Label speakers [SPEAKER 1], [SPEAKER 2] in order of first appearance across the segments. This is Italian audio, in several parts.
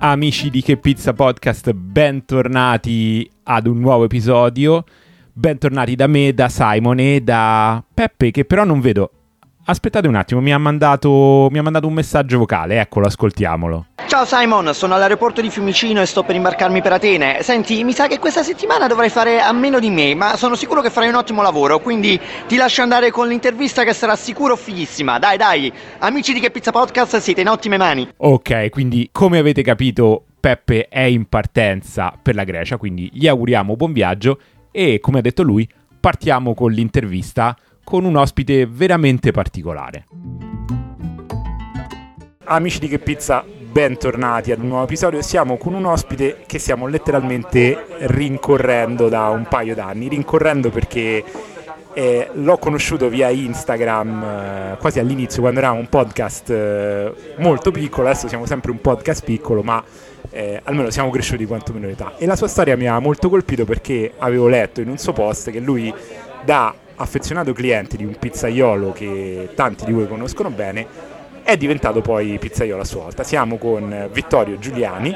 [SPEAKER 1] Amici di Che Pizza Podcast, bentornati ad un nuovo episodio. Bentornati da me, da Simon e da Peppe, che però non vedo. Aspettate un attimo, mi ha mandato un messaggio vocale, eccolo, ascoltiamolo.
[SPEAKER 2] Ciao Simon, sono all'aeroporto di Fiumicino e sto per imbarcarmi per Atene. Senti, mi sa che questa settimana dovrai fare a meno di me, ma sono sicuro che farai un ottimo lavoro, quindi ti lascio andare con l'intervista che sarà sicuro fighissima. Dai, amici di Che Pizza Podcast, siete in ottime mani.
[SPEAKER 1] Ok, quindi come avete capito Peppe è in partenza per la Grecia, quindi gli auguriamo buon viaggio e come ha detto lui partiamo con l'intervista con un ospite veramente particolare. Amici di Che Pizza, bentornati ad un nuovo episodio. Siamo con un ospite che stiamo letteralmente rincorrendo da un paio d'anni. Rincorrendo perché l'ho conosciuto via Instagram quasi all'inizio, quando eravamo un podcast molto piccolo. Adesso siamo sempre un podcast piccolo, ma almeno siamo cresciuti quantomeno in età. E la sua storia mi ha molto colpito perché avevo letto in un suo post che lui, da affezionato cliente di un pizzaiolo che tanti di voi conoscono bene, è diventato poi pizzaiolo a sua volta. Siamo con Vittorio Giuliani,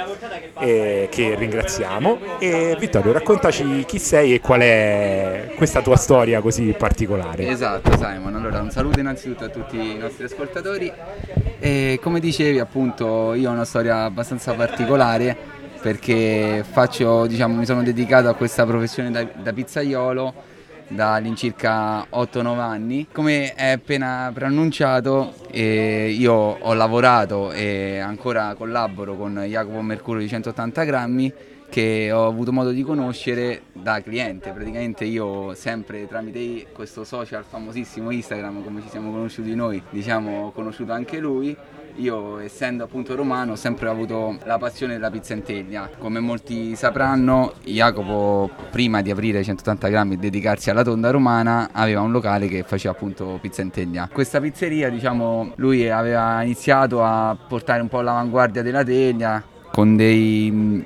[SPEAKER 1] che ringraziamo. E Vittorio, raccontaci chi sei e qual è questa tua storia così particolare.
[SPEAKER 3] Esatto Simon, allora un saluto innanzitutto a tutti i nostri ascoltatori. E come dicevi, appunto, io ho una storia abbastanza particolare perché mi sono dedicato a questa professione da pizzaiolo da all'incirca 8-9 anni. Come è appena preannunciato, io ho lavorato e ancora collaboro con Jacopo Mercurio di 180 grammi, che ho avuto modo di conoscere da cliente. Praticamente io sempre tramite questo social famosissimo Instagram, come ci siamo conosciuti noi, ho conosciuto anche lui. Io, essendo appunto romano, ho sempre avuto la passione della pizza in teglia. Come molti sapranno, Jacopo, prima di aprire 180 grammi e dedicarsi alla tonda romana, aveva un locale che faceva appunto pizza in teglia. Questa pizzeria, lui aveva iniziato a portare un po' all'avanguardia della teglia, con dei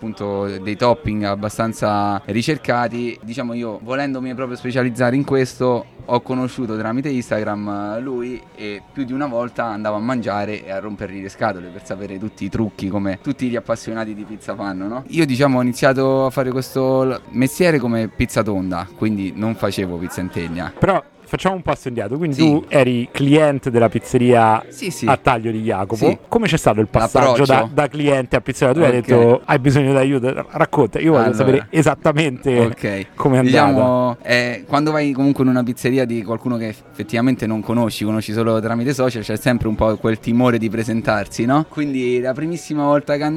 [SPEAKER 3] topping abbastanza ricercati. Io, volendomi proprio specializzare in questo, ho conosciuto tramite Instagram lui e più di una volta andavo a mangiare e a rompergli le scatole per sapere tutti i trucchi, come tutti gli appassionati di pizza fanno, no? Io ho iniziato a fare questo mestiere come pizza tonda, quindi non facevo pizza in teglia.
[SPEAKER 1] Però facciamo un passo indietro, quindi
[SPEAKER 3] sì.
[SPEAKER 1] Tu eri cliente della pizzeria
[SPEAKER 3] sì.
[SPEAKER 1] a Taglio di Jacopo.
[SPEAKER 3] Sì.
[SPEAKER 1] Come c'è stato il passaggio da cliente a pizzeria? Tu hai detto hai bisogno d'aiuto, racconta, io voglio sapere esattamente come è andata.
[SPEAKER 3] Quando vai comunque in una pizzeria di qualcuno che effettivamente non conosci solo tramite social, c'è sempre un po' quel timore di presentarsi, no? Quindi la primissima volta che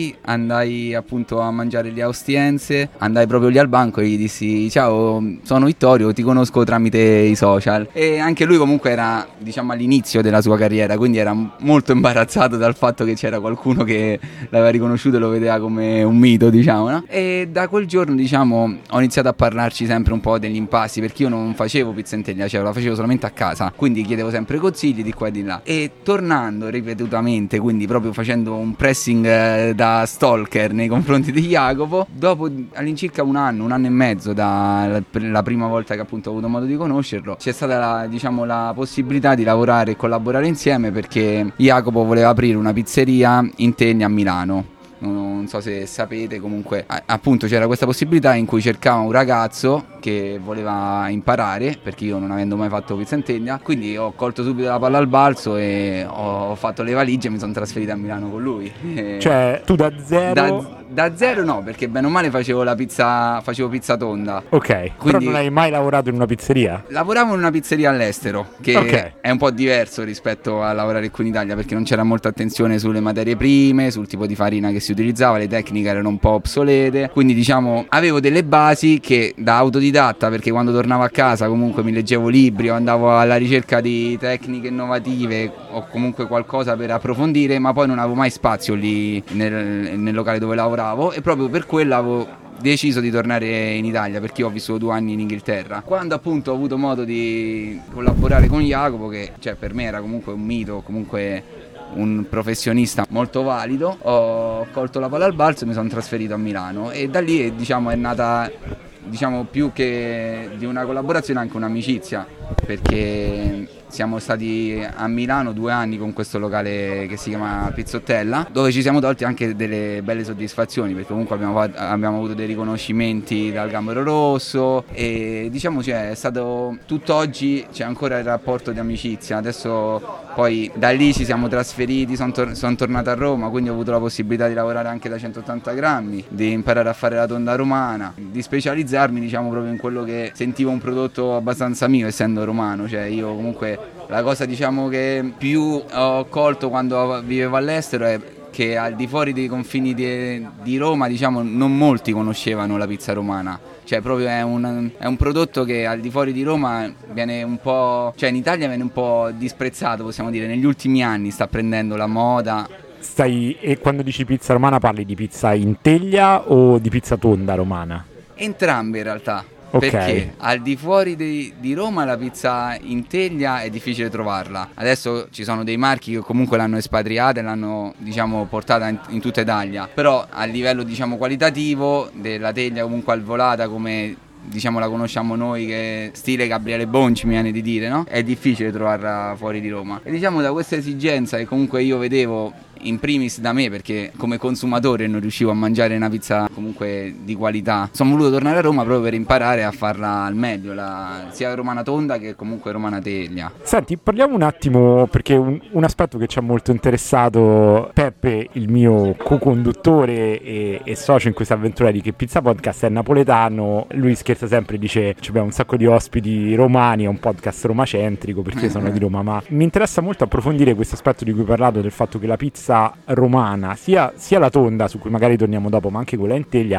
[SPEAKER 3] andai appunto a mangiare le Austiense, andai proprio lì al banco e gli dissi: ciao, sono Vittorio, ti conosco tramite i social. E anche lui comunque era all'inizio della sua carriera, quindi era molto imbarazzato dal fatto che c'era qualcuno che l'aveva riconosciuto e lo vedeva come un mito, no? E da quel giorno ho iniziato a parlarci sempre un po' degli impasti, perché io non facevo pizza in teglia, la facevo solamente a casa, quindi chiedevo sempre consigli di qua e di là. E tornando ripetutamente, quindi proprio facendo un pressing da stalker nei confronti di Jacopo, dopo all'incirca un anno e mezzo dalla prima volta che appunto ho avuto modo di conoscerlo, c'è stata la possibilità di lavorare e collaborare insieme, perché Jacopo voleva aprire una pizzeria in teglia a Milano. Non so se sapete, comunque appunto c'era questa possibilità in cui cercava un ragazzo che voleva imparare, perché io non avendo mai fatto pizza in teglia, quindi ho colto subito la palla al balzo e ho fatto le valigie e mi sono trasferito a Milano con lui.
[SPEAKER 1] Cioè tu da zero?
[SPEAKER 3] Da zero no, perché bene o male facevo pizza tonda.
[SPEAKER 1] Ok,
[SPEAKER 3] quindi,
[SPEAKER 1] però non hai mai lavorato in una pizzeria?
[SPEAKER 3] Lavoravo in una pizzeria all'estero, che è un po' diverso rispetto a lavorare qui in Italia, perché non c'era molta attenzione sulle materie prime, sul tipo di farina che si utilizzava, le tecniche erano un po' obsolete, quindi avevo delle basi che da autodidatta, perché quando tornavo a casa comunque mi leggevo libri o andavo alla ricerca di tecniche innovative o comunque qualcosa per approfondire, ma poi non avevo mai spazio lì nel locale dove lavoravo, e proprio per quello avevo deciso di tornare in Italia, perché io ho vissuto 2 anni in Inghilterra. Quando appunto ho avuto modo di collaborare con Jacopo, che per me era comunque un mito, comunque un professionista molto valido, ho colto la palla al balzo e mi sono trasferito a Milano, e da lì è nata più che di una collaborazione anche un'amicizia, perché siamo stati a Milano 2 anni con questo locale che si chiama Pizzottella, dove ci siamo tolti anche delle belle soddisfazioni, perché comunque abbiamo avuto dei riconoscimenti dal Gambero Rosso e diciamo è stato tutt'oggi c'è ancora il rapporto di amicizia. Adesso poi da lì ci siamo trasferiti, sono tornato a Roma, quindi ho avuto la possibilità di lavorare anche da 180 grammi, di imparare a fare la tonda romana, di specializzarmi diciamo proprio in quello che sentivo un prodotto abbastanza mio, essendo romano. Io comunque la cosa diciamo che più ho colto quando vivevo all'estero è che al di fuori dei confini di Roma diciamo non molti conoscevano la pizza romana. Proprio è un prodotto che al di fuori di Roma viene un po', in Italia viene un po' disprezzato, possiamo dire, negli ultimi anni sta prendendo la moda.
[SPEAKER 1] E quando dici pizza romana parli di pizza in teglia o di pizza tonda romana?
[SPEAKER 3] Entrambe in realtà.
[SPEAKER 1] Okay.
[SPEAKER 3] Perché al di fuori di Roma la pizza in teglia è difficile trovarla. Adesso ci sono dei marchi che comunque l'hanno espatriata e l'hanno diciamo portata in tutta Italia, però a livello diciamo qualitativo della teglia comunque alvolata come diciamo la conosciamo noi, che stile Gabriele Bonci mi viene di dire, no? È difficile trovarla fuori di Roma e diciamo da questa esigenza che comunque io vedevo in primis da me, perché come consumatore non riuscivo a mangiare una pizza comunque di qualità, sono voluto tornare a Roma proprio per imparare a farla al meglio, sia romana tonda che comunque romana teglia.
[SPEAKER 1] Senti, parliamo un attimo, perché un aspetto che ci ha molto interessato Peppe, il mio co-conduttore e socio in questa avventura di Che Pizza Podcast, è napoletano. Lui scherza sempre, dice abbiamo un sacco di ospiti romani, è un podcast romacentrico perché sono di Roma, ma mi interessa molto approfondire questo aspetto di cui hai parlato, del fatto che la pizza romana, sia la tonda, su cui magari torniamo dopo, ma anche quella in teglia,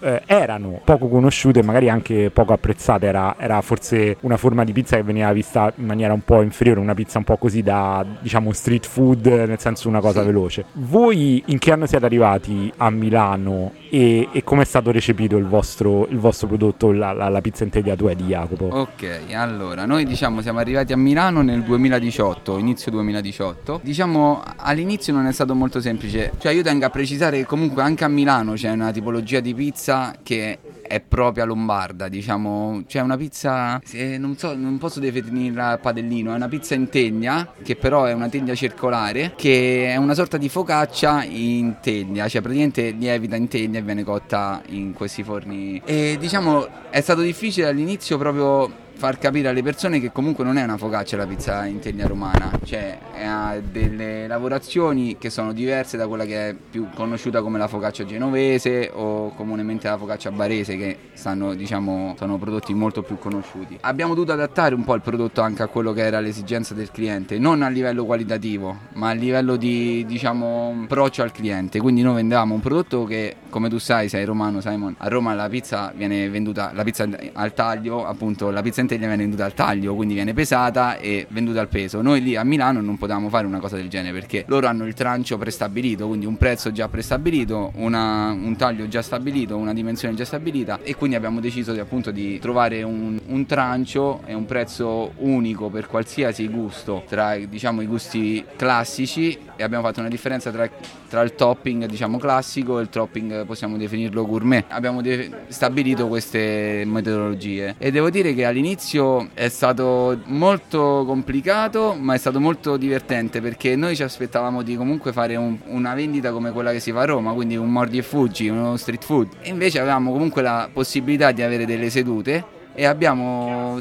[SPEAKER 1] erano poco conosciute e magari anche poco apprezzate. Era forse una forma di pizza che veniva vista in maniera un po' inferiore, una pizza un po' così da, diciamo, street food, nel senso una cosa veloce. Voi in che anno siete arrivati a Milano e come è stato recepito il vostro prodotto, la pizza in teglia tua di Jacopo?
[SPEAKER 3] Ok, allora noi diciamo siamo arrivati a Milano nel 2018, inizio 2018. Diciamo all'inizio non è stato molto semplice, io tengo a precisare che comunque anche a Milano c'è una tipologia di pizza che è propria lombarda, diciamo, c'è una pizza, non posso definirla a padellino, è una pizza in teglia, che però è una teglia circolare, che è una sorta di focaccia in teglia, praticamente lievita in teglia e viene cotta in questi forni. E diciamo è stato difficile all'inizio proprio far capire alle persone che comunque non è una focaccia la pizza in teglia romana, ha delle lavorazioni che sono diverse da quella che è più conosciuta come la focaccia genovese o comunemente la focaccia barese, che sono prodotti molto più conosciuti. Abbiamo dovuto adattare un po' il prodotto anche a quello che era l'esigenza del cliente, non a livello qualitativo ma a livello di approccio al cliente. Quindi noi vendevamo un prodotto che, come tu sai, sei romano Simon, a Roma la pizza viene venduta, la pizza al taglio, appunto la pizza in teglia viene venduta al taglio, quindi viene pesata e venduta al peso. Noi lì a Milano non potevamo fare una cosa del genere perché loro hanno il trancio prestabilito, quindi un prezzo già prestabilito, un taglio già stabilito, una dimensione già stabilita, e quindi abbiamo deciso di trovare un trancio e un prezzo unico per qualsiasi gusto tra i gusti classici, e abbiamo fatto una differenza tra il topping classico e il topping possiamo definirlo gourmet. Abbiamo stabilito queste metodologie e devo dire che all'inizio è stato molto complicato, ma è stato molto divertente perché noi ci aspettavamo di comunque fare una vendita come quella che si fa a Roma, quindi un mordi e fuggi, uno street food, e invece avevamo comunque la possibilità di avere delle sedute e abbiamo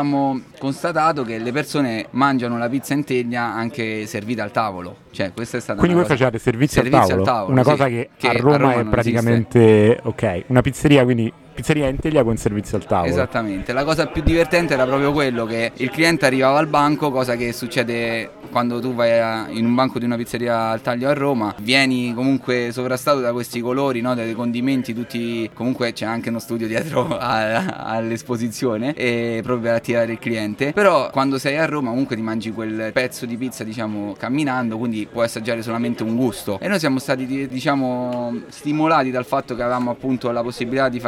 [SPEAKER 3] constatato che le persone mangiano la pizza in teglia anche servita al tavolo. Questa è stata
[SPEAKER 1] quindi voi facevate servizio al tavolo, una cosa che a Roma è praticamente ok, una pizzeria, quindi pizzeria in teglia con servizio al tavolo.
[SPEAKER 3] Esattamente, la cosa più divertente era proprio quello che il cliente arrivava al banco, cosa che succede quando tu vai in un banco di una pizzeria al taglio a Roma, vieni comunque sovrastato da questi colori, no? Dai condimenti tutti, comunque c'è anche uno studio dietro all'esposizione e proprio per attirare il cliente, però quando sei a Roma comunque ti mangi quel pezzo di pizza camminando, quindi puoi assaggiare solamente un gusto, e noi siamo stati stimolati dal fatto che avevamo appunto la possibilità di far sedere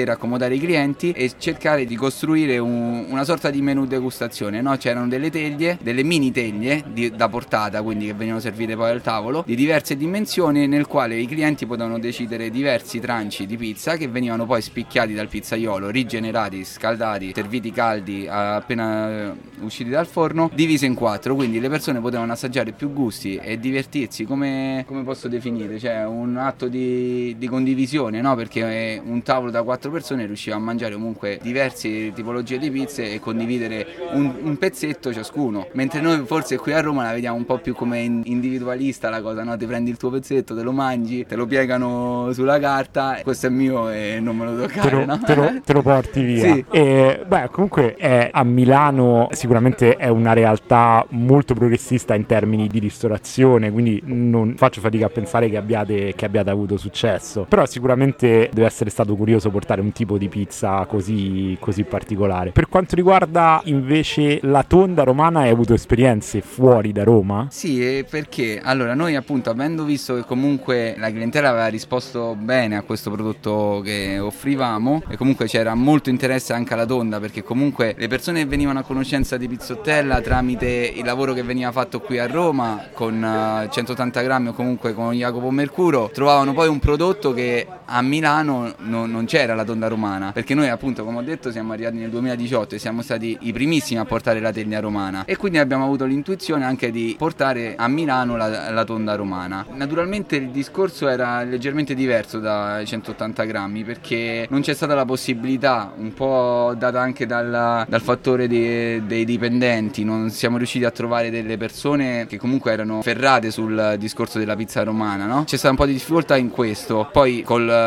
[SPEAKER 3] per accomodare i clienti e cercare di costruire una sorta di menù degustazione, no? C'erano delle teglie, delle mini teglie da portata, quindi che venivano servite poi al tavolo, di diverse dimensioni, nel quale i clienti potevano decidere diversi tranci di pizza che venivano poi spicchiati dal pizzaiolo, rigenerati, scaldati, serviti caldi appena usciti dal forno, divise in 4, quindi le persone potevano assaggiare più gusti e divertirsi, come posso definire, cioè un atto di condivisione, no? Perché un tavolo da 4 persone riusciva a mangiare comunque diverse tipologie di pizze e condividere un pezzetto ciascuno, mentre noi forse qui a Roma la vediamo un po' più come individualista la cosa, no? Ti prendi il tuo pezzetto, te lo mangi, te lo piegano sulla carta, questo è mio e non me lo toccare, no?
[SPEAKER 1] Te lo porti via.
[SPEAKER 3] Sì.
[SPEAKER 1] E, comunque a Milano sicuramente è una realtà molto progressista in termini di ristorazione, quindi non faccio fatica a pensare che abbiate avuto successo, però sicuramente deve essere stato curioso portare un tipo di pizza così particolare. Per quanto riguarda invece la tonda romana, hai avuto esperienze fuori da Roma?
[SPEAKER 3] Sì, perché allora noi appunto, avendo visto che comunque la clientela aveva risposto bene a questo prodotto che offrivamo e comunque c'era molto interesse anche alla tonda, perché comunque le persone che venivano a conoscenza di Pizzottella tramite il lavoro che veniva fatto qui a Roma con 180 grammi o comunque con Jacopo Mercuro trovavano poi un prodotto che a Milano non c'era, la tonda romana, perché noi appunto, come ho detto, siamo arrivati nel 2018 e siamo stati i primissimi a portare la teglia romana e quindi abbiamo avuto l'intuizione anche di portare a Milano la tonda romana. Naturalmente il discorso era leggermente diverso da 180 grammi perché non c'è stata la possibilità, un po' data anche dal fattore dei dipendenti, non siamo riusciti a trovare delle persone che comunque erano ferrate sul discorso della pizza romana, no? C'è stata un po' di difficoltà in questo, poi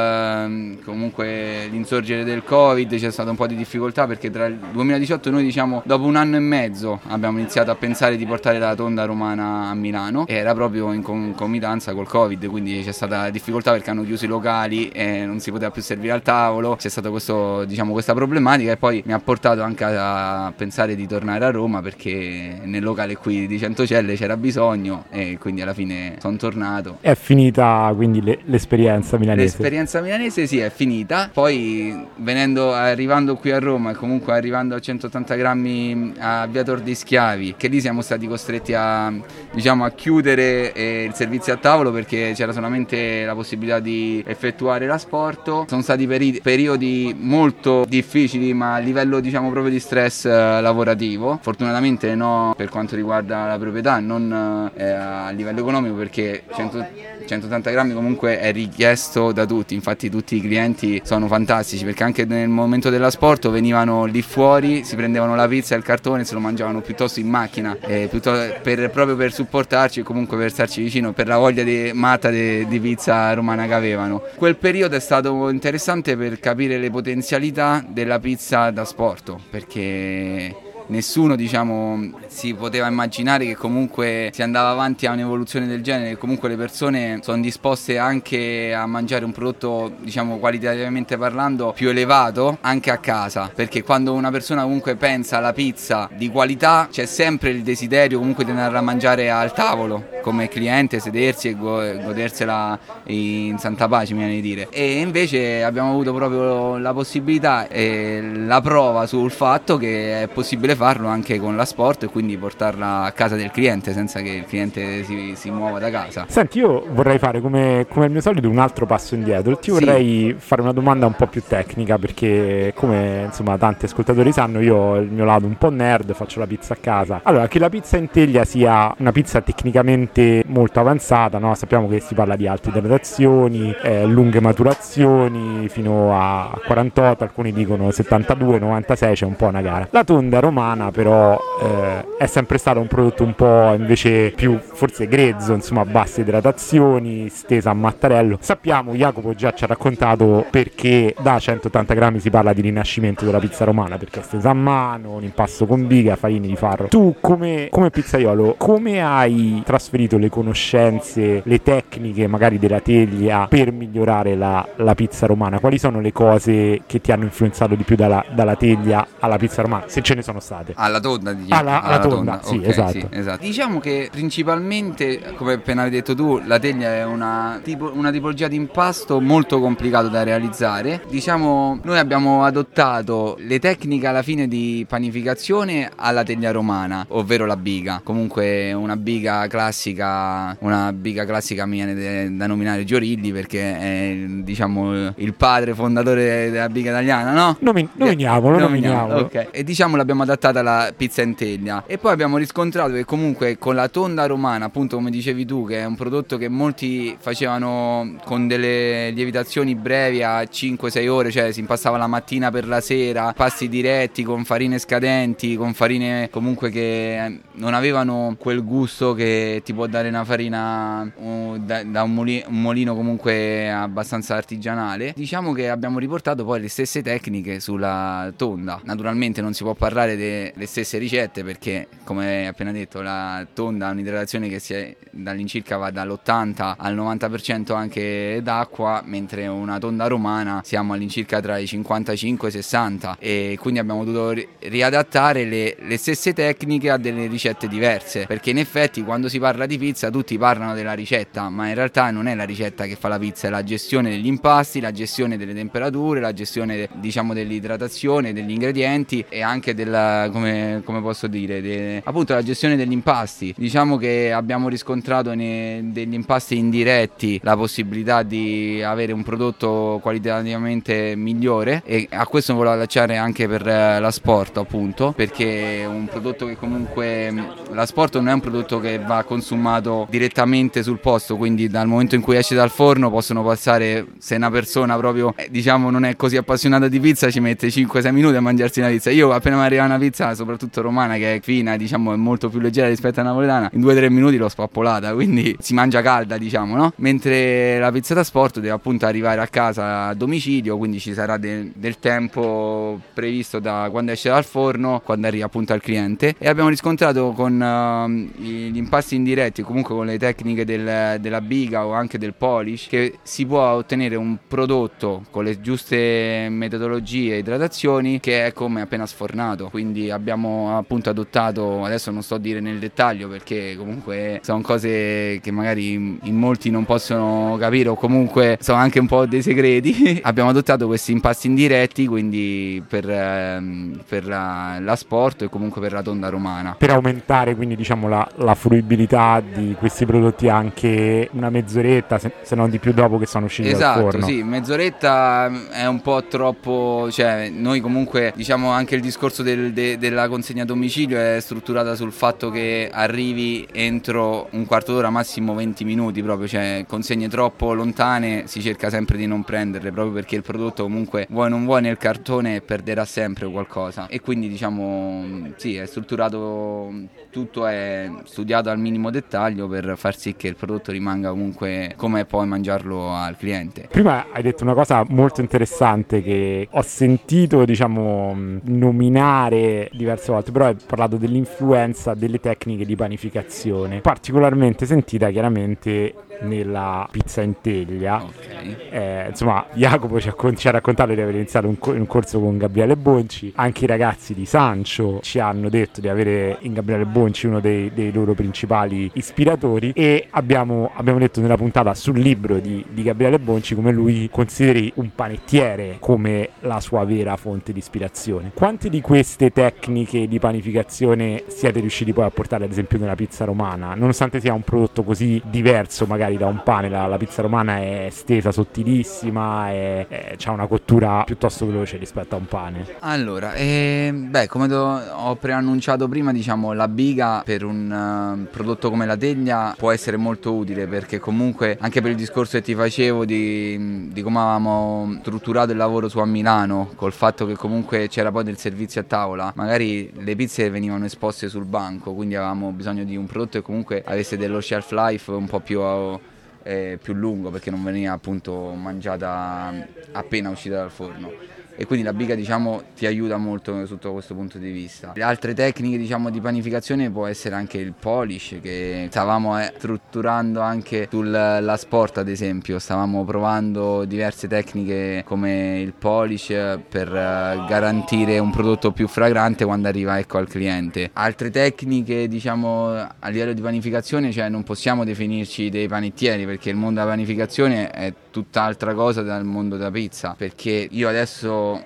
[SPEAKER 3] comunque l'insorgere del Covid c'è stata un po' di difficoltà perché tra il 2018 noi diciamo dopo un anno e mezzo abbiamo iniziato a pensare di portare la tonda romana a Milano e era proprio in concomitanza col Covid, quindi c'è stata difficoltà perché hanno chiuso i locali e non si poteva più servire al tavolo, c'è stata questa problematica e poi mi ha portato anche a pensare di tornare a Roma perché nel locale qui di Centocelle c'era bisogno e quindi alla fine sono tornato.
[SPEAKER 1] È finita quindi l'esperienza milanese?
[SPEAKER 3] L'esperienza milanese sì, è finita, poi arrivando qui a Roma e comunque arrivando a 180 grammi a Via Tor dei Schiavi, che lì siamo stati costretti a chiudere il servizio a tavolo perché c'era solamente la possibilità di effettuare l'asporto. Sono stati periodi molto difficili, ma a livello proprio di stress lavorativo, fortunatamente no per quanto riguarda la proprietà, non a livello economico, perché 180 grammi comunque è richiesto da tutti, infatti tutti i clienti sono fantastici perché anche nel momento dell'asporto venivano lì fuori, si prendevano la pizza e il cartone e se lo mangiavano piuttosto in macchina, proprio per supportarci e comunque per starci vicino, per la voglia matta di pizza romana che avevano. Quel periodo è stato interessante per capire le potenzialità della pizza da sport, perché nessuno si poteva immaginare che comunque si andava avanti a un'evoluzione del genere, che comunque le persone sono disposte anche a mangiare un prodotto qualitativamente parlando più elevato anche a casa, perché quando una persona comunque pensa alla pizza di qualità c'è sempre il desiderio comunque di andare a mangiare al tavolo come cliente, sedersi e godersela in santa pace, mi viene di dire. E invece abbiamo avuto proprio la possibilità e la prova sul fatto che è possibile farlo anche con la sport e quindi portarla a casa del cliente senza che il cliente si muova da casa.
[SPEAKER 1] Senti, io vorrei fare come al mio solito un altro passo indietro. Vorrei fare una domanda un po' più tecnica perché, come tanti ascoltatori sanno, io ho il mio lato un po' nerd, faccio la pizza a casa. Allora, che la pizza in teglia sia una pizza tecnicamente molto avanzata, no? Sappiamo che si parla di alte idratazioni, lunghe maturazioni fino a 48, alcuni dicono 72, 96, c'è un po' una gara. La tonda romana però è sempre stato un prodotto un po' invece più forse grezzo, basse idratazioni, stesa a mattarello. Sappiamo, Jacopo già ci ha raccontato perché da 180 grammi si parla di rinascimento della pizza romana, perché è stesa a mano, un impasto con biga, farini di farro. Tu come pizzaiolo, come hai trasferito trasferito le conoscenze, le tecniche magari della teglia per migliorare la pizza romana? Quali sono le cose che ti hanno influenzato di più dalla teglia alla pizza romana, se ce ne sono state?
[SPEAKER 3] Alla tonda, diciamo.
[SPEAKER 1] Alla tonda, sì,
[SPEAKER 3] okay,
[SPEAKER 1] esatto.
[SPEAKER 3] Sì, esatto. Diciamo che principalmente, come appena hai detto tu, la teglia è una tipologia di impasto molto complicato da realizzare. Diciamo, noi abbiamo adottato le tecniche alla fine di panificazione alla teglia romana, ovvero la biga. Comunque una biga classica mi viene da nominare Giorilli, perché è, diciamo, il padre fondatore della biga italiana, no?
[SPEAKER 1] Nominiamolo.
[SPEAKER 3] Ok. E diciamo l'abbiamo adattata alla pizza in teglia. E poi abbiamo riscontrato che comunque con la tonda romana, appunto come dicevi tu, che è un prodotto che molti facevano con delle lievitazioni brevi a 5-6 ore, cioè si impastava la mattina per la sera, pasti diretti con farine scadenti, con farine comunque che non avevano quel gusto che ti può dare una farina da un molino comunque abbastanza artigianale. Diciamo che abbiamo riportato poi le stesse tecniche sulla tonda. Naturalmente non si può parlare delle stesse ricette, perché come appena detto la tonda ha un'idratazione che dall'incirca va dall'80 al 90% anche d'acqua, mentre una tonda romana siamo all'incirca tra i 55 e i 60, e quindi abbiamo dovuto riadattare le stesse tecniche a delle ricette diverse, perché in effetti quando si parla di pizza tutti parlano della ricetta, ma in realtà non è la ricetta che fa la pizza, è la gestione degli impasti, la gestione delle temperature, la gestione, diciamo, dell'idratazione degli ingredienti, e anche della, come posso dire, appunto la gestione degli impasti. Diciamo che abbiamo riscontrato degli impasti indiretti la possibilità di avere un prodotto qualitativamente migliore, e a questo mi volevo allacciare anche per la Sport, appunto, perché è un prodotto che comunque la Sport non è un prodotto che va consumato direttamente sul posto, quindi dal momento in cui esce dal forno possono passare, se una persona proprio diciamo non è così appassionata di pizza, ci mette 5-6 minuti a mangiarsi una pizza. Io appena mi arriva una pizza, soprattutto romana, che è fina, diciamo è molto più leggera rispetto alla napoletana, in 2-3 minuti l'ho spappolata, quindi si mangia calda, diciamo, no? Mentre la pizza da sport deve appunto arrivare a casa a domicilio, quindi ci sarà del tempo previsto da quando esce dal forno, quando arriva appunto al cliente. E abbiamo riscontrato con gli impasti indiretti, comunque con le tecniche della biga o anche del polish, che si può ottenere un prodotto con le giuste metodologie e idratazioni che è come appena sfornato. Quindi abbiamo appunto adottato, adesso non sto a dire nel dettaglio perché comunque sono cose che magari in molti non possono capire, o comunque sono anche un po' dei segreti. Abbiamo adottato questi impasti indiretti, quindi per la sport e comunque per la tonda romana,
[SPEAKER 1] per aumentare quindi diciamo la fruibilità di questi prodotti anche una mezz'oretta, se non di più, dopo che sono usciti dal forno.
[SPEAKER 3] Esatto, sì, mezz'oretta è un po' troppo, cioè noi comunque diciamo anche il discorso della consegna a domicilio è strutturata sul fatto che arrivi entro un quarto d'ora, massimo 20 minuti proprio, cioè consegne troppo lontane si cerca sempre di non prenderle, proprio perché il prodotto comunque vuoi non vuoi nel cartone perderà sempre qualcosa, e quindi diciamo sì, è strutturato, tutto è studiato al minimo dettaglio per far sì che il prodotto rimanga comunque come puoi mangiarlo al cliente.
[SPEAKER 1] Prima hai detto una cosa molto interessante che ho sentito diciamo nominare diverse volte, però hai parlato dell'influenza delle tecniche di panificazione, particolarmente sentita chiaramente nella pizza in teglia.
[SPEAKER 3] Okay.
[SPEAKER 1] Insomma, Jacopo ci ha raccontato di aver iniziato un corso con Gabriele Bonci, anche i ragazzi di Sancio ci hanno detto di avere in Gabriele Bonci uno dei loro principali ispiratori, e abbiamo detto nella puntata sul libro di Gabriele Bonci come lui consideri un panettiere come la sua vera fonte di ispirazione. Quante di queste tecniche di panificazione siete riusciti poi a portare ad esempio nella pizza romana, nonostante sia un prodotto così diverso magari da un pane? La pizza romana è stesa, sottilissima, c'ha una cottura piuttosto veloce rispetto a un pane.
[SPEAKER 3] Allora, come ho preannunciato prima, diciamo la biga per un prodotto come la teglia può essere molto utile, perché comunque anche per il discorso che ti facevo di come avevamo strutturato il lavoro su a Milano, col fatto che comunque c'era poi del servizio a tavola, magari le pizze venivano esposte sul banco, quindi avevamo bisogno di un prodotto che comunque avesse dello shelf life un po' più lungo, perché non veniva appunto mangiata appena uscita dal forno. e quindi la biga diciamo ti aiuta molto sotto questo punto di vista. Le altre tecniche diciamo di panificazione può essere anche il polish, che stavamo strutturando anche sulla sport, ad esempio stavamo provando diverse tecniche come il polish per garantire un prodotto più fragrante quando arriva al cliente. Altre tecniche diciamo a livello di panificazione, cioè non possiamo definirci dei panettieri, perché il mondo della panificazione è tutt'altra cosa dal mondo della pizza, perché io adesso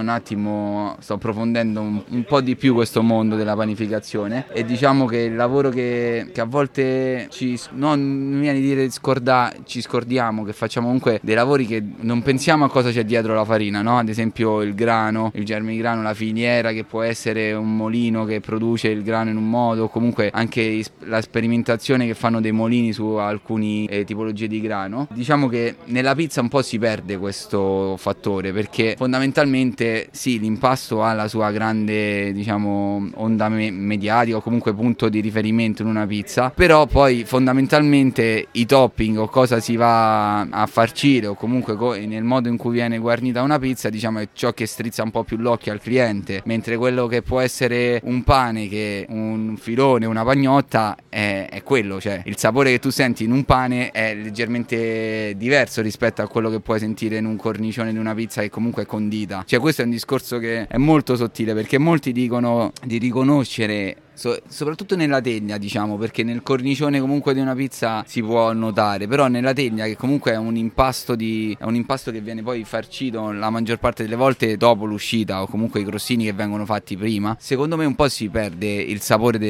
[SPEAKER 3] sto approfondendo un po' di più questo mondo della panificazione, e diciamo che il lavoro che a volte non mi viene di dire ci scordiamo, che facciamo comunque dei lavori che non pensiamo a cosa c'è dietro la farina, no? Ad esempio il grano, il germe di grano, la filiera, che può essere un molino che produce il grano in un modo, comunque anche la sperimentazione che fanno dei molini su alcune tipologie di grano. Diciamo che nella pizza un po' si perde questo fattore, perché fondamentalmente sì, l'impasto ha la sua grande diciamo onda mediatica o comunque punto di riferimento in una pizza, però poi fondamentalmente i topping o cosa si va a farcire o comunque nel modo in cui viene guarnita una pizza diciamo è ciò che strizza un po' più l'occhio al cliente, mentre quello che può essere un pane, che un filone, una pagnotta è quello, cioè il sapore che tu senti in un pane è leggermente diverso rispetto a quello che puoi sentire in un cornicione di una pizza che comunque è condita. Cioè questo è un discorso che è molto sottile, perché molti dicono di riconoscere soprattutto nella teglia, diciamo, perché nel cornicione comunque di una pizza si può notare, però nella teglia, che comunque è un impasto che viene poi farcito la maggior parte delle volte dopo l'uscita, o comunque i crostini che vengono fatti prima, secondo me un po' si perde il sapore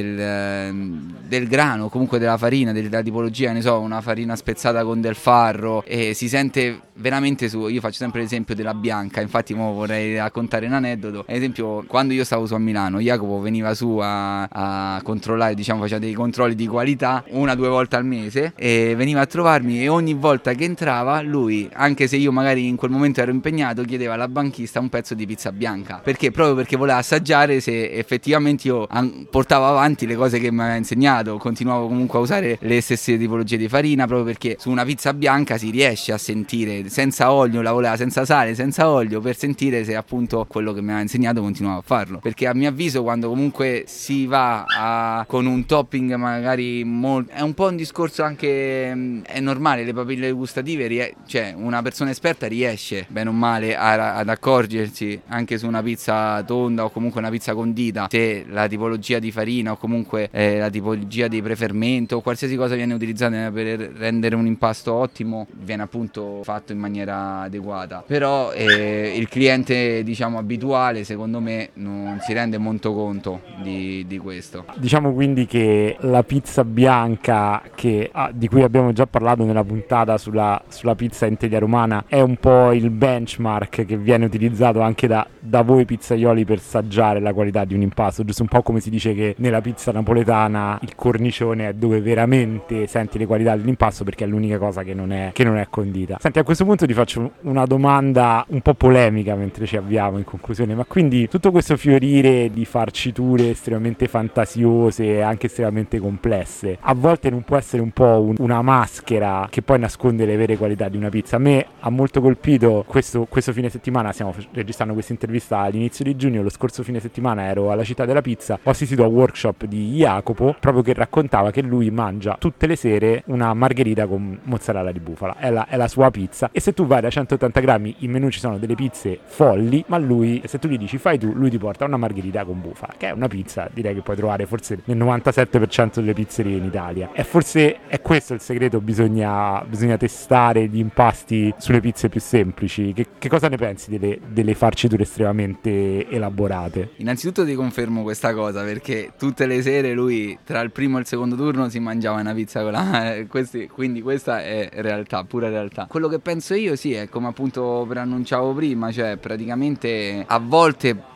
[SPEAKER 3] del grano, comunque della farina, della tipologia, ne so, una farina spezzata con del farro, e si sente veramente io faccio sempre l'esempio della bianca, infatti mo vorrei raccontare un aneddoto. Ad esempio, quando io stavo su a Milano, Jacopo veniva su a controllare, diciamo, faceva dei controlli di qualità 1 o 2 volte al mese, e veniva a trovarmi, e ogni volta che entrava lui, anche se io magari in quel momento ero impegnato, chiedeva alla banchista un pezzo di pizza bianca, proprio perché voleva assaggiare se effettivamente io portavo avanti le cose che mi aveva insegnato, continuavo comunque a usare le stesse tipologie di farina, proprio perché su una pizza bianca si riesce a sentire senza olio, la voleva senza sale, senza olio, per sentire se appunto quello che mi aveva insegnato continuava a farlo, perché a mio avviso quando comunque si va con un topping magari è un po' un discorso anche, è normale, le papille gustative, cioè una persona esperta riesce bene o male ad accorgersi anche su una pizza tonda o comunque una pizza condita se la tipologia di farina o comunque la tipologia di prefermento o qualsiasi cosa viene utilizzata per rendere un impasto ottimo viene appunto fatto in maniera adeguata. Però il cliente diciamo abituale secondo me non si rende molto conto di questo.
[SPEAKER 1] Diciamo quindi che la pizza bianca di cui abbiamo già parlato nella puntata sulla pizza in teglia romana è un po' il benchmark che viene utilizzato anche da voi pizzaioli per saggiare la qualità di un impasto, giusto un po' come si dice che nella pizza napoletana il cornicione è dove veramente senti le qualità dell'impasto, perché è l'unica cosa che non è condita. Senti, a questo punto ti faccio una domanda un po' polemica mentre ci avviamo in conclusione, ma quindi tutto questo fiorire di farciture estremamente fantasiose e anche estremamente complesse a volte non può essere un po' una maschera che poi nasconde le vere qualità di una pizza? A me ha molto colpito questo fine settimana, stiamo registrando questa intervista all'inizio di giugno, lo scorso fine settimana ero alla Città della Pizza, ho assistito a un workshop di Jacopo proprio che raccontava che lui mangia tutte le sere una margherita con mozzarella di bufala, è la sua pizza, e se tu vai da 180 grammi in menù ci sono delle pizze folli, ma lui, se tu gli dici fai tu, lui ti porta una margherita con bufala, che è una pizza direi che puoi trovare forse nel 97% delle pizzerie in Italia, e forse è questo il segreto, bisogna testare gli impasti sulle pizze più semplici. Che cosa ne pensi delle farciture estremamente elaborate?
[SPEAKER 3] Innanzitutto ti confermo questa cosa, perché tutte le sere lui tra il primo e il secondo turno si mangiava una pizza con quindi questa è realtà, pura realtà. Quello che penso io sì è come appunto preannunciavo prima, cioè praticamente a volte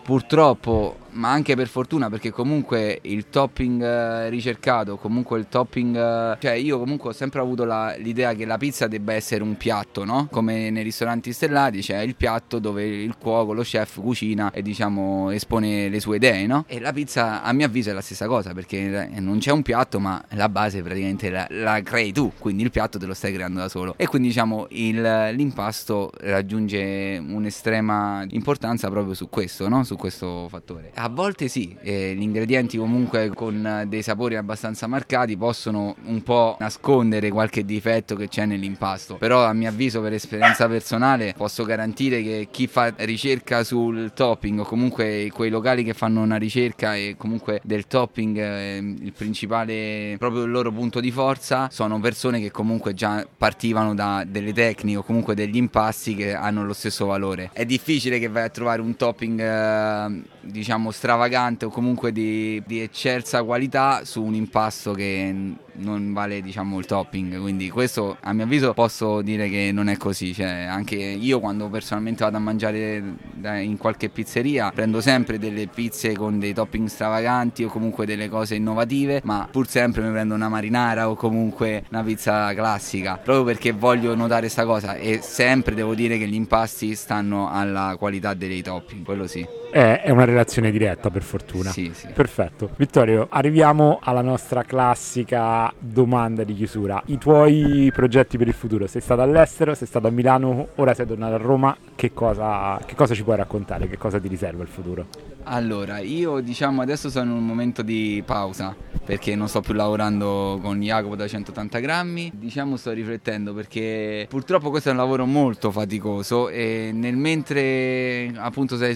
[SPEAKER 3] purtroppo, ma anche per fortuna, perché comunque il topping ricercato, comunque il topping, cioè io comunque ho sempre avuto l'idea che la pizza debba essere un piatto, no? Come nei ristoranti stellati c'è il piatto dove il cuoco, lo chef cucina e diciamo espone le sue idee, no? E la pizza a mio avviso è la stessa cosa, perché non c'è un piatto, ma la base praticamente la crei tu, quindi il piatto te lo stai creando da solo, e quindi diciamo l'impasto raggiunge un'estrema importanza proprio su questo, no? Su questo fattore. A volte sì, gli ingredienti comunque con dei sapori abbastanza marcati possono un po' nascondere qualche difetto che c'è nell'impasto, però a mio avviso, per esperienza personale, posso garantire che chi fa ricerca sul topping, o comunque quei locali che fanno una ricerca e comunque del topping, il principale, proprio il loro punto di forza, sono persone che comunque già partivano da delle tecniche o comunque degli impasti che hanno lo stesso valore. È difficile che vai a trovare un topping diciamo stravagante o comunque di eccelsa qualità su un impasto che non vale diciamo il topping, quindi questo a mio avviso posso dire che non è così. Cioè, anche io quando personalmente vado a mangiare in qualche pizzeria prendo sempre delle pizze con dei topping stravaganti o comunque delle cose innovative, ma pur sempre mi prendo una marinara o comunque una pizza classica, proprio perché voglio notare sta cosa, e sempre devo dire che gli impasti stanno alla qualità dei topping, quello sì.
[SPEAKER 1] È una relazione diretta, per fortuna.
[SPEAKER 3] Sì.
[SPEAKER 1] Perfetto. Vittorio, arriviamo alla nostra classica domanda di chiusura. I tuoi progetti per il futuro? Sei stato all'estero, sei stato a Milano, ora sei tornato a Roma. Che cosa ci puoi raccontare? Che cosa ti riserva il futuro?
[SPEAKER 3] Allora, io diciamo adesso sono in un momento di pausa, perché non sto più lavorando con Jacopo da 180 grammi, diciamo sto riflettendo, perché purtroppo questo è un lavoro molto faticoso e nel mentre appunto sei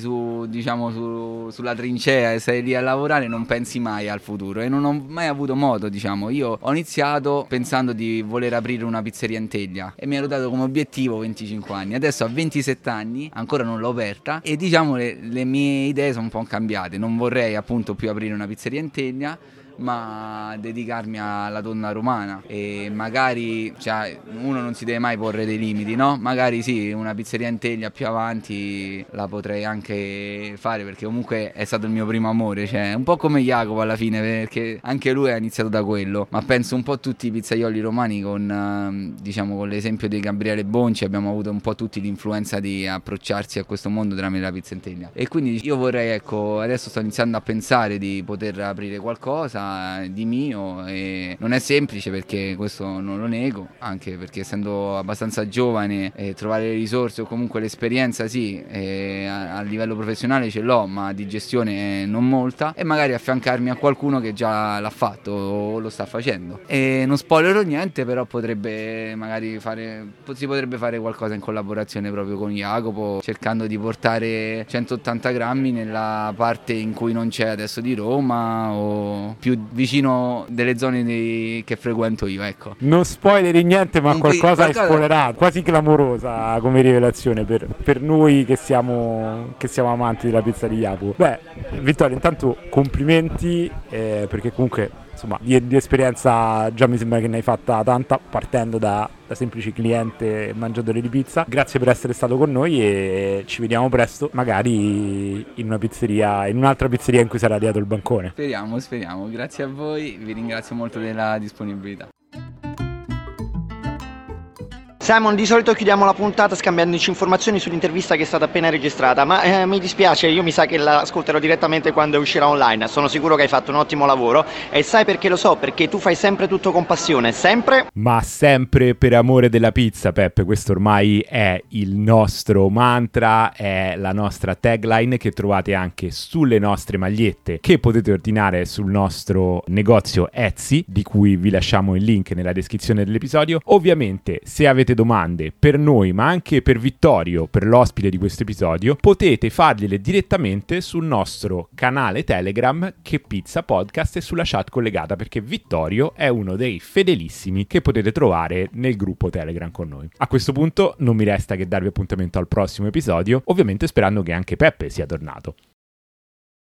[SPEAKER 3] sulla trincea e sei lì a lavorare non pensi mai al futuro, e non ho mai avuto modo, diciamo. Io ho iniziato pensando di voler aprire una pizzeria in teglia e mi ero dato come obiettivo 25 anni, adesso a 27 anni ancora non l'ho aperta e diciamo le mie idee sono un po' cambiate. Non vorrei appunto più aprire una pizzeria in teglia, ma dedicarmi alla donna romana, e magari, cioè, uno non si deve mai porre dei limiti, no? Magari sì, una pizzeria in teglia più avanti la potrei anche fare, perché comunque è stato il mio primo amore, cioè un po' come Jacopo alla fine, perché anche lui ha iniziato da quello, ma penso un po' tutti i pizzaioli romani con l'esempio di Gabriele Bonci abbiamo avuto un po' tutti l'influenza di approcciarsi a questo mondo tramite la pizza in teglia, e quindi io vorrei, ecco, adesso sto iniziando a pensare di poter aprire qualcosa di mio, e non è semplice, perché questo non lo nego, anche perché essendo abbastanza giovane trovare le risorse o comunque l'esperienza sì, a livello professionale ce l'ho, ma di gestione non molta, e magari affiancarmi a qualcuno che già l'ha fatto o lo sta facendo. E non spoilerò niente, però si potrebbe fare qualcosa in collaborazione proprio con Jacopo, cercando di portare 180 grammi nella parte in cui non c'è adesso di Roma, o più vicino delle zone che frequento io, ecco.
[SPEAKER 1] Non spoileri niente, ma qualcosa hai spoilerato, quasi clamorosa come rivelazione per noi che siamo amanti della pizza di Jacopo. Beh, Vittorio, intanto complimenti, perché comunque insomma di esperienza già mi sembra che ne hai fatta tanta, partendo da semplice cliente mangiatore di pizza. Grazie per essere stato con noi e ci vediamo presto, magari in un'altra pizzeria in cui sarà dietro il bancone.
[SPEAKER 3] Speriamo, grazie a voi, vi ringrazio molto della disponibilità.
[SPEAKER 2] Simon, di solito chiudiamo la puntata scambiandoci informazioni sull'intervista che è stata appena registrata, ma mi dispiace, io mi sa che la ascolterò direttamente quando uscirà online. Sono sicuro che hai fatto un ottimo lavoro, e sai perché lo so? Perché tu fai sempre tutto con passione, sempre...
[SPEAKER 1] Ma sempre per amore della pizza, Peppe. Questo ormai è il nostro mantra, è la nostra tagline che trovate anche sulle nostre magliette, che potete ordinare sul nostro negozio Etsy, di cui vi lasciamo il link nella descrizione dell'episodio. Ovviamente, se avete domande per noi, ma anche per Vittorio, per l'ospite di questo episodio, potete fargliele direttamente sul nostro canale Telegram Che Pizza Podcast e sulla chat collegata, perché Vittorio è uno dei fedelissimi che potete trovare nel gruppo Telegram con noi. A questo punto non mi resta che darvi appuntamento al prossimo episodio, ovviamente sperando che anche Peppe sia tornato.